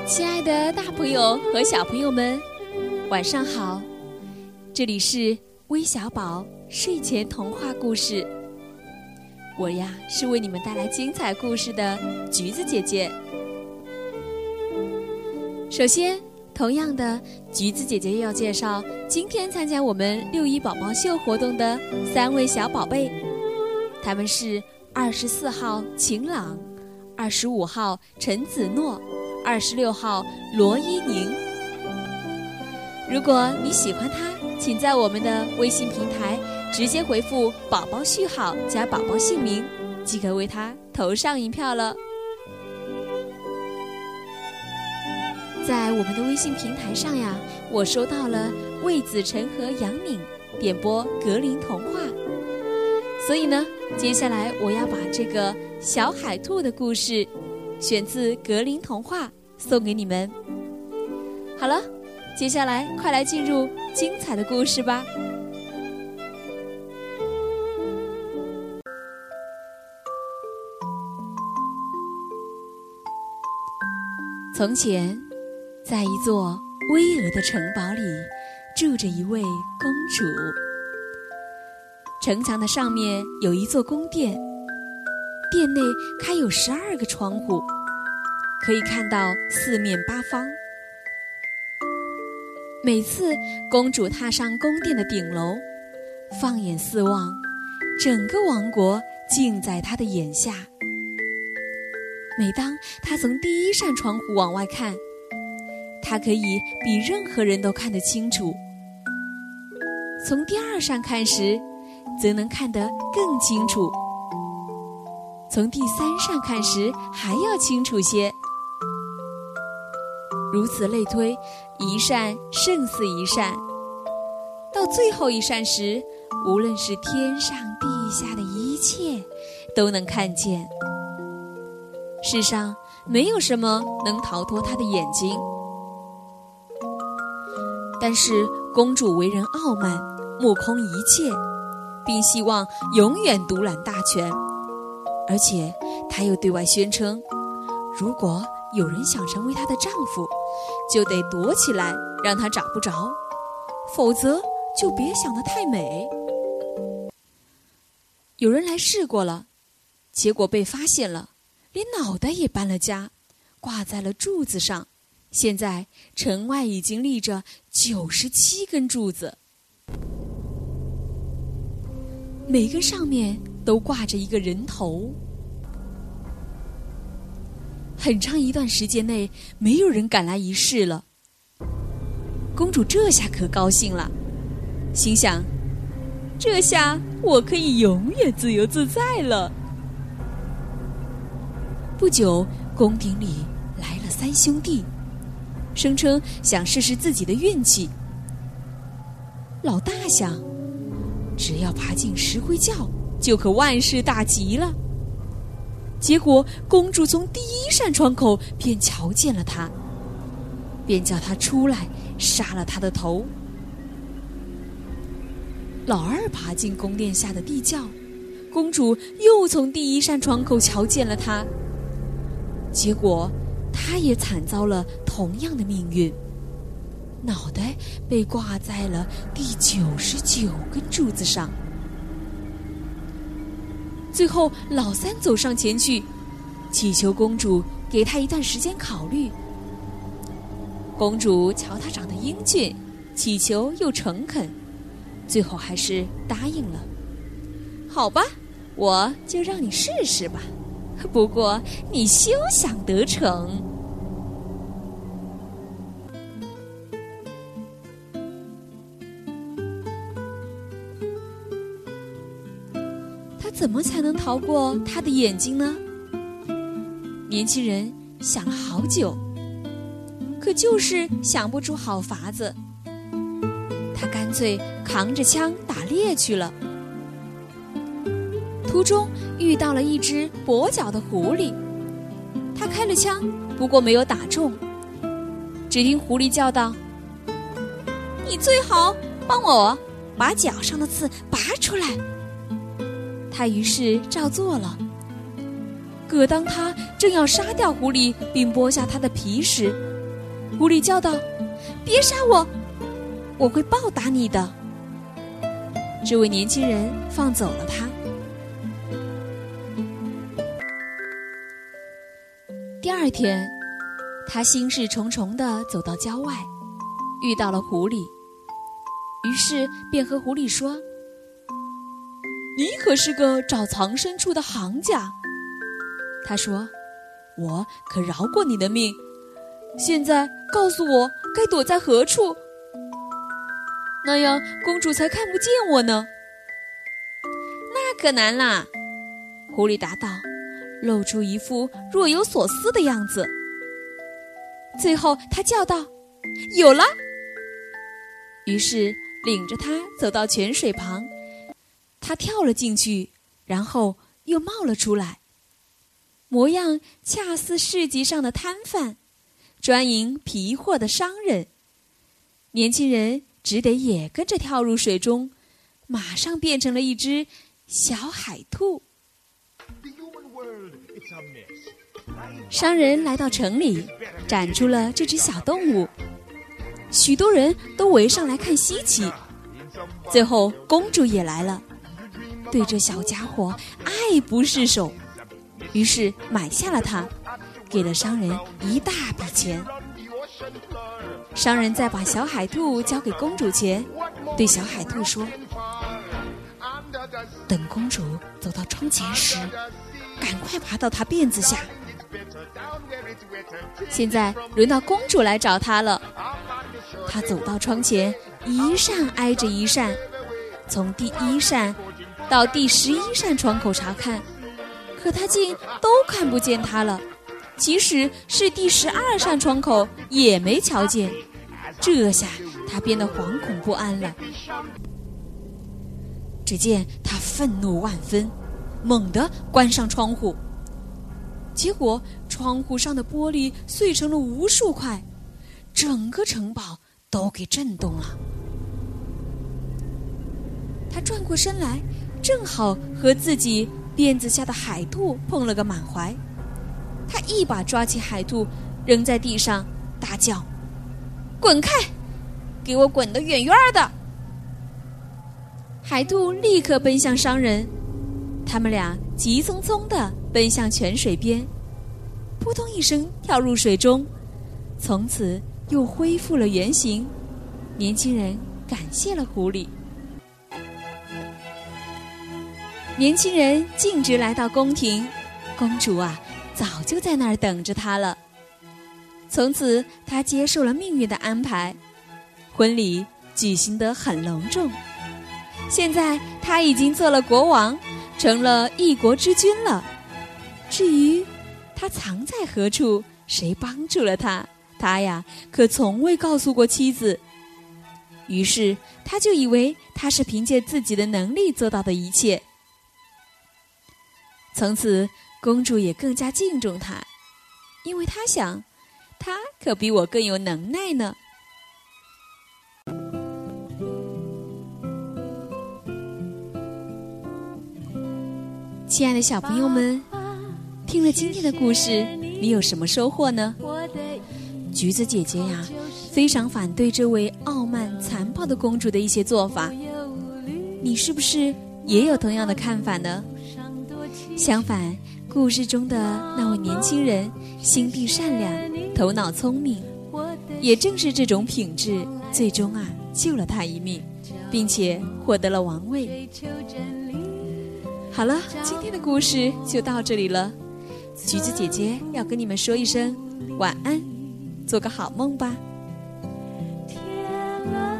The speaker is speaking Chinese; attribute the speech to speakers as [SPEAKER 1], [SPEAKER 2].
[SPEAKER 1] 亲爱的大朋友和小朋友们，晚上好！这里是微小宝睡前童话故事，我呀是为你们带来精彩故事的橘子姐姐。首先，同样的，橘子姐姐要介绍今天参加我们6·1宝宝秀活动的3位小宝贝，他们是24号晴朗、25号陈子诺、26号罗依宁。如果你喜欢他，请在我们的微信平台直接回复宝宝序号加宝宝姓名，即可为他投上1票了。在我们的微信平台上呀，我收到了魏子晨和杨敏点播格林童话，所以呢，接下来我要把这个小海兔的故事选自格林童话送给你们。好了，接下来快来进入精彩的故事吧。从前，在一座巍峨的城堡里，住着一位公主。城墙的上面有一座宫殿，殿内开有12个窗户，可以看到4面8方。每次公主踏上宫殿的顶楼，放眼四望，整个王国尽在她的眼下。每当她从第一扇窗户往外看，她可以比任何人都看得清楚。从第2扇看时，则能看得更清楚。从第3扇看时，还要清楚些。如此类推，一扇胜似一扇。到最后一扇时，无论是天上地下的一切，都能看见。世上没有什么能逃脱她的眼睛。但是公主为人傲慢，目空一切，并希望永远独揽大权。而且她又对外宣称，如果有人想成为她的丈夫，就得躲起来，让她找不着，否则就别想得太美。有人来试过了，结果被发现了，连脑袋也搬了家，挂在了柱子上。现在城外已经立着97根柱子，每根上面都挂着一个人头。很长一段时间内，没有人敢来一试了。公主这下可高兴了，心想，这下我可以永远自由自在了。不久，宫廷里来了3兄弟，声称想试试自己的运气。老大想，只要爬进石灰窖，就可万事大吉了。结果公主从第1扇窗口便瞧见了他，便叫他出来，杀了他的头。老二爬进宫殿下的地窖，公主又从第1扇窗口瞧见了他，结果他也惨遭了同样的命运，脑袋被挂在了第99根柱子上。最后老三走上前去，祈求公主给他一段时间考虑。公主瞧他长得英俊，祈求又诚恳，最后还是答应了。好吧，我就让你试试吧，不过你休想得逞。怎么才能逃过他的眼睛呢？年轻人想了好久，可就是想不出好法子。他干脆扛着枪打猎去了。途中遇到了一只跛脚的狐狸，他开了枪，不过没有打中。只听狐狸叫道：“你最好帮我把脚上的刺拔出来。”他于是照做了。可当他正要杀掉狐狸并剥下它的皮时， 狐狸叫道：“别杀我，我会报答你的。”这位年轻人放走了他。第二天，他心事重重地走到郊外，遇到了狐狸，于是便和狐狸说：“你可是个找藏身处的行家。”他说：“我可饶过你的命，现在告诉我该躲在何处，那样公主才看不见我呢。”那可难啦，狐狸答道，露出一副若有所思的样子。最后他叫道：“有了！”于是领着他走到泉水旁，他跳了进去，然后又冒了出来，模样恰似市集上的摊贩，专营皮货的商人。年轻人只得也跟着跳入水中，马上变成了一只小海兔。商人来到城里，展出了这只小动物，许多人都围上来看稀奇。最后公主也来了，对这小家伙爱不释手，于是买下了它，给了商人一大笔钱。商人再把小海兔交给公主前，对小海兔说：“等公主走到窗前时，赶快爬到她辫子下。”现在轮到公主来找她了。她走到窗前，一扇挨着一扇，从第1扇到第11扇窗口查看，可她竟都看不见她了。即使是第12扇窗口也没瞧见，这下她变得惶恐不安了。只见她愤怒万分，猛地关上窗户，结果窗户上的玻璃碎成了无数块，整个城堡都给震动了。他转过身来，正好和自己辫子下的海兔碰了个满怀。他一把抓起海兔，扔在地上，大叫：“滚开！给我滚得远远的！”海兔立刻奔向商人，他们俩急匆匆地奔向泉水边，扑通一声跳入水中，从此又恢复了原形。年轻人感谢了狐狸。年轻人径直来到宫廷，公主啊，早就在那儿等着他了。从此他接受了命运的安排，婚礼举行得很隆重。现在他已经做了国王，成了一国之君了。至于他藏在何处，谁帮助了他，他呀可从未告诉过妻子。于是他就以为他是凭借自己的能力做到的一切。从此公主也更加敬重他，因为他想，他可比我更有能耐呢。亲爱的小朋友们，听了今天的故事，你有什么收获呢？橘子姐姐呀，非常反对这位傲慢残暴的公主的一些做法，你是不是也有同样的看法呢？相反，故事中的那位年轻人心地善良，头脑聪明，也正是这种品质，最终救了他一命，并且获得了王位。好了，今天的故事就到这里了。橘子姐姐要跟你们说一声晚安，做个好梦吧。天蓝